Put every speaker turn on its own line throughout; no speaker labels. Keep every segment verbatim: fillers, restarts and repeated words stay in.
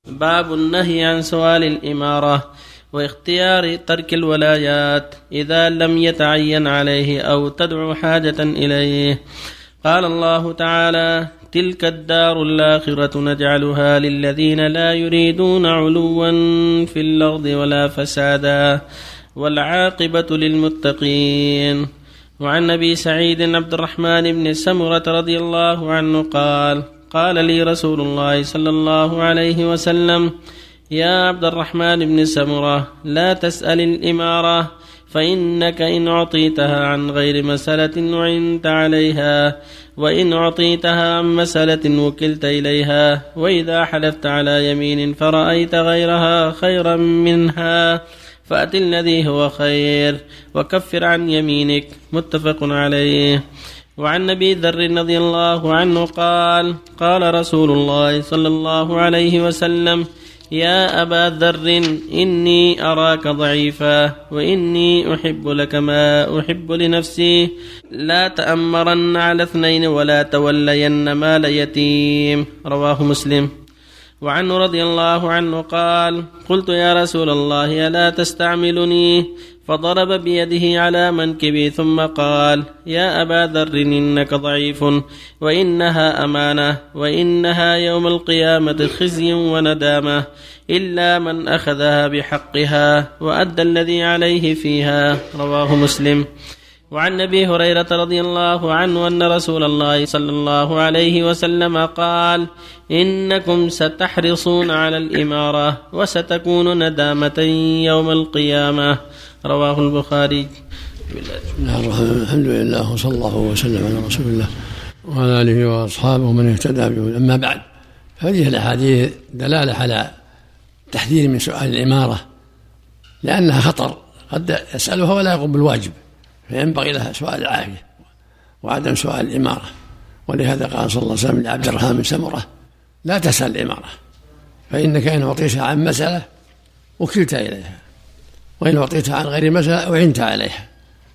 باب النهي عن سؤال الإمارة واختيار ترك الولايات إذا لم يتعين عليه أو تدعو حاجة إليه. قال الله تعالى: تلك الدار الآخرة نجعلها للذين لا يريدون علوا في الأرض ولا فسادا والعاقبة للمتقين. وعن أبي سعيد عبد الرحمن بن سمرة رضي الله عنه قال: قال لي رسول الله صلى الله عليه وسلم: يا عبد الرحمن بن سمرة، لا تسأل الإمارة، فإنك إن أعطيتها عن غير مسألة وعنت عليها، وإن أعطيتها عن مسألة وكلت إليها، وإذا حلفت على يمين فرأيت غيرها خيرا منها فأت الذي هو خير وكفر عن يمينك. متفق عليه. وعن أبي ذر رضي الله عنه قال: قال رسول الله صلى الله عليه وسلم: يا أبا ذر، إني أراك ضعيفا وإني أحب لك ما أحب لنفسي، لا تأمرن على اثنين ولا تولين مال يتيم. رواه مسلم. وعنه رضي الله عنه قال: قلت يا رسول الله ألا تستعملني؟ فضرب بيده على منكبي ثم قال: يا أبا ذر، إنك ضعيف، وإنها أمانة، وإنها يوم القيامة خزي وندامة، إلا من أخذها بحقها وأدى الذي عليه فيها. رواه مسلم. وعن أبي هريرة رضي الله عنه أن رسول الله صلى الله عليه وسلم قال: إنكم ستحرصون على الإمارة وستكون ندامة يوم القيامة. رواه البخاري.
الحمد لله وصلى الله وسلم على رسول الله وعلى آله وأصحابه من اهتدى به. أما بعد، هذه الأحاديث دلالة على تحذير من سؤال الإمارة، لأنها خطر، قد يسألها ولا يقوم بالواجب، فينبغي لها سؤال العافية وعدم سؤال الإمارة. ولهذا قال صلى الله عليه وسلم لعبد الرحمن بن سمرة: لا تسأل الإمارة، فإنك إن أعطيتها عن مسألة وكلت إليها، وإن أعطيتها عن غير مسألة أعنت عليها.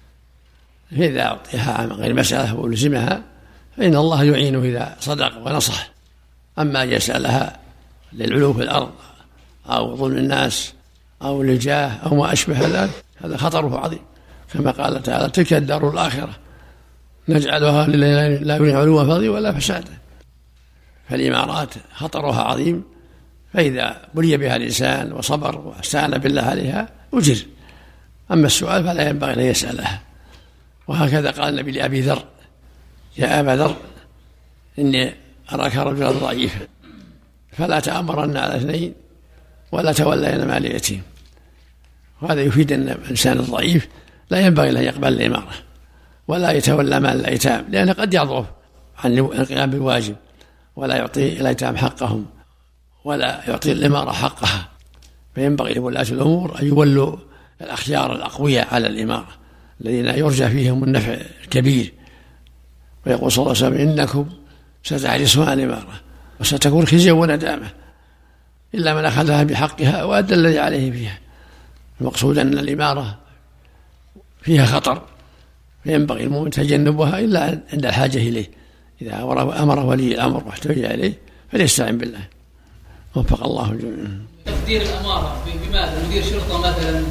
فإذا أعطيها عن غير مسألة ولزمها فإن الله يعينه إذا صدق ونصح. أما أن يسألها للعلو في الأرض أو ظلم الناس أو للجاه أو ما أشبه ذلك، هذا خطره عظيم، كما قال تعالى: تلك الدار الآخرة نجعلها للذين لا يريدون علوا في الأرض ولا فسادا. فالإمارات خطرها عظيم، فإذا بلي بها الإنسان وصبر واستعان بالله عليها أجر. أما السؤال فلا ينبغي أن يسألها. وهكذا قال النبي لأبي ذر: يا أبا ذر، إني أراك رجلا ضعيفا، فلا تأمرن على اثنين ولا تولين مال يتيم. وهذا يفيد أن الإنسان الضعيف لا ينبغي له يقبل الإمارة ولا يتولى مال الأيتام، لأنه قد يضعف عن القيام بالواجب ولا يعطي الأيتام حقهم ولا يعطي الإمارة حقها. فينبغي لولاة الأمور أن يولوا الأخيار الأقوياء على الإمارة الذين يرجى فيهم النفع الكبير. ويقول صلى الله عليه وسلم: إنكم ستحرصون على الإمارة وستكون خزي وندامة، إلا من أخذها بحقها وأدى الذي عليه فيها. المقصود أن الإمارة فيها خطر، فينبغي المؤمن تجنبها إلا عند الحاجة إليه. إذا أمر ولي الأمر واحتج إليه فليستعن بالله. وفق الله الجميع.
تقدير الأمارة بماذا؟ مدير شرطة مثلا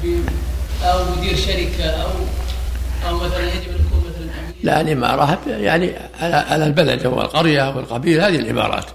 أو مدير شركة أو أو مثلا يجب أن يكون مثلا أمير؟
لا، الإمارة يعني على البلد والقرية والقبيلة، هذه الإمارات.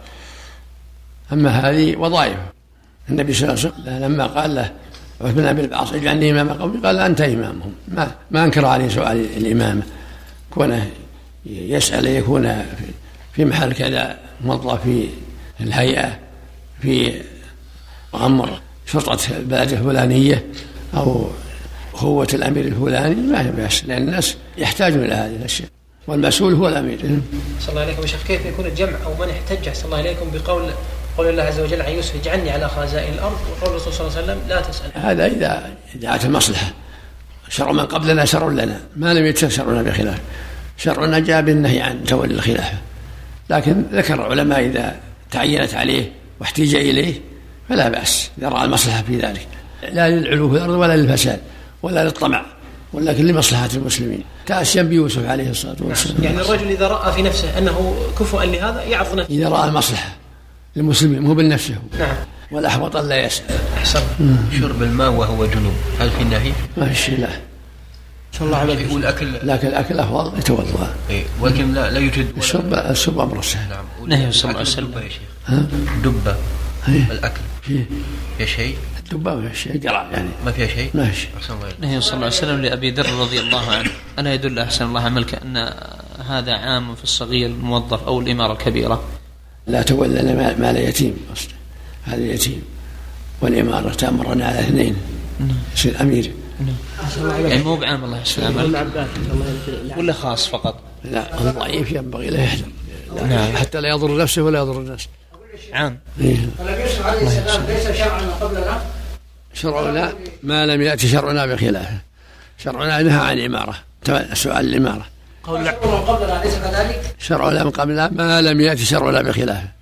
أما هذه وظائف. النبي صلى الله عليه وسلم لما قال له عثمان بن العاص: اجعلني إمام قومي، قال: أنت إمامهم. ما, ما أنكر عليه سؤال الإمامة، كونه يسأل يكون في محل كذا، موظف في الهيئة، في أمر شرطة البلد الفلانية أو قوة الأمير الفلاني، ما هي بأس، لأن الناس يحتاجون إلى هذه الأشياء، والمسؤول هو الأمير.
صلى الله عليكم. وشيخ، كيف يكون الجمع أو من احتج صلى الله عليكم بقول قول الله عز وجل عن يوسف: اجعلني على خزائن الأرض، وقول الرسول صلى الله عليه وسلم: لا تسأل؟
هذا إذا جاءت المصلحة. شر من قبلنا شر لنا، ما لم يتشر شرنا بخلاف. شرنا جاء بالنهي عن تولي الخلافة، لكن ذكر العلماء إذا تعينت عليه واحتيج إليه فلا بأس إذا رأى المصلحة في ذلك، لا للعلو في الأرض ولا للفساد ولا للطمع، ولكن لمصلحة المسلمين، كأسيان بيوسف عليه الصلاة والسلام.
يعني الرجل إذا رأى في نفسه أنه كفؤا لهذا يعرض نفسه،
إذا رأى المصلحة للمسلمين مو بالنفسه.
نعم.
والأحوط أن لا يسأل.
أحسن. شرب الماء وهو جنوب هل في نهي؟
ما في شيء، لا.
صلى الله عليه وسلم. والأكل
لكن الأكل أفضل يتوضأ.
إيه ولكن لا لا يوجد
الشرب الشرب أمر سهل.
نعم.
نهي صلى الله عليه وسلم.
دبة يا شيخ. دبة. الأكل.
فيه.
فيها شيء؟
الدبة ما فيها شيء، قرع يعني.
ما فيها شيء؟
ما في شيء.
نهي صلى الله عليه وسلم لأبي ذر رضي الله عنه ألا يدل أحسن الله عملك أن هذا عام في الصغير الموظف أو الإمارة الكبيرة؟
لا تولى مال يتيم أصلا، هذا يتيم، والإمارة تأمرنا على اثنين يصير أمير.
يعني مو بعام الله يسلمك ولا خاص فقط؟
لا الضعيف ينبغي لا يحذر
نعم.
حتى لا يضر نفسه ولا يضر الناس.
عام.
إيه.
ليس شرعنا قبلنا
شرعنا ما لم يأتي شرعنا بخلافه. شرعنا نهى عن الإمارة، سؤال الإمارة.
قبلنا ليس كذلك.
شرعنا من قبلنا ما لم يأتي شرعنا بخلافه.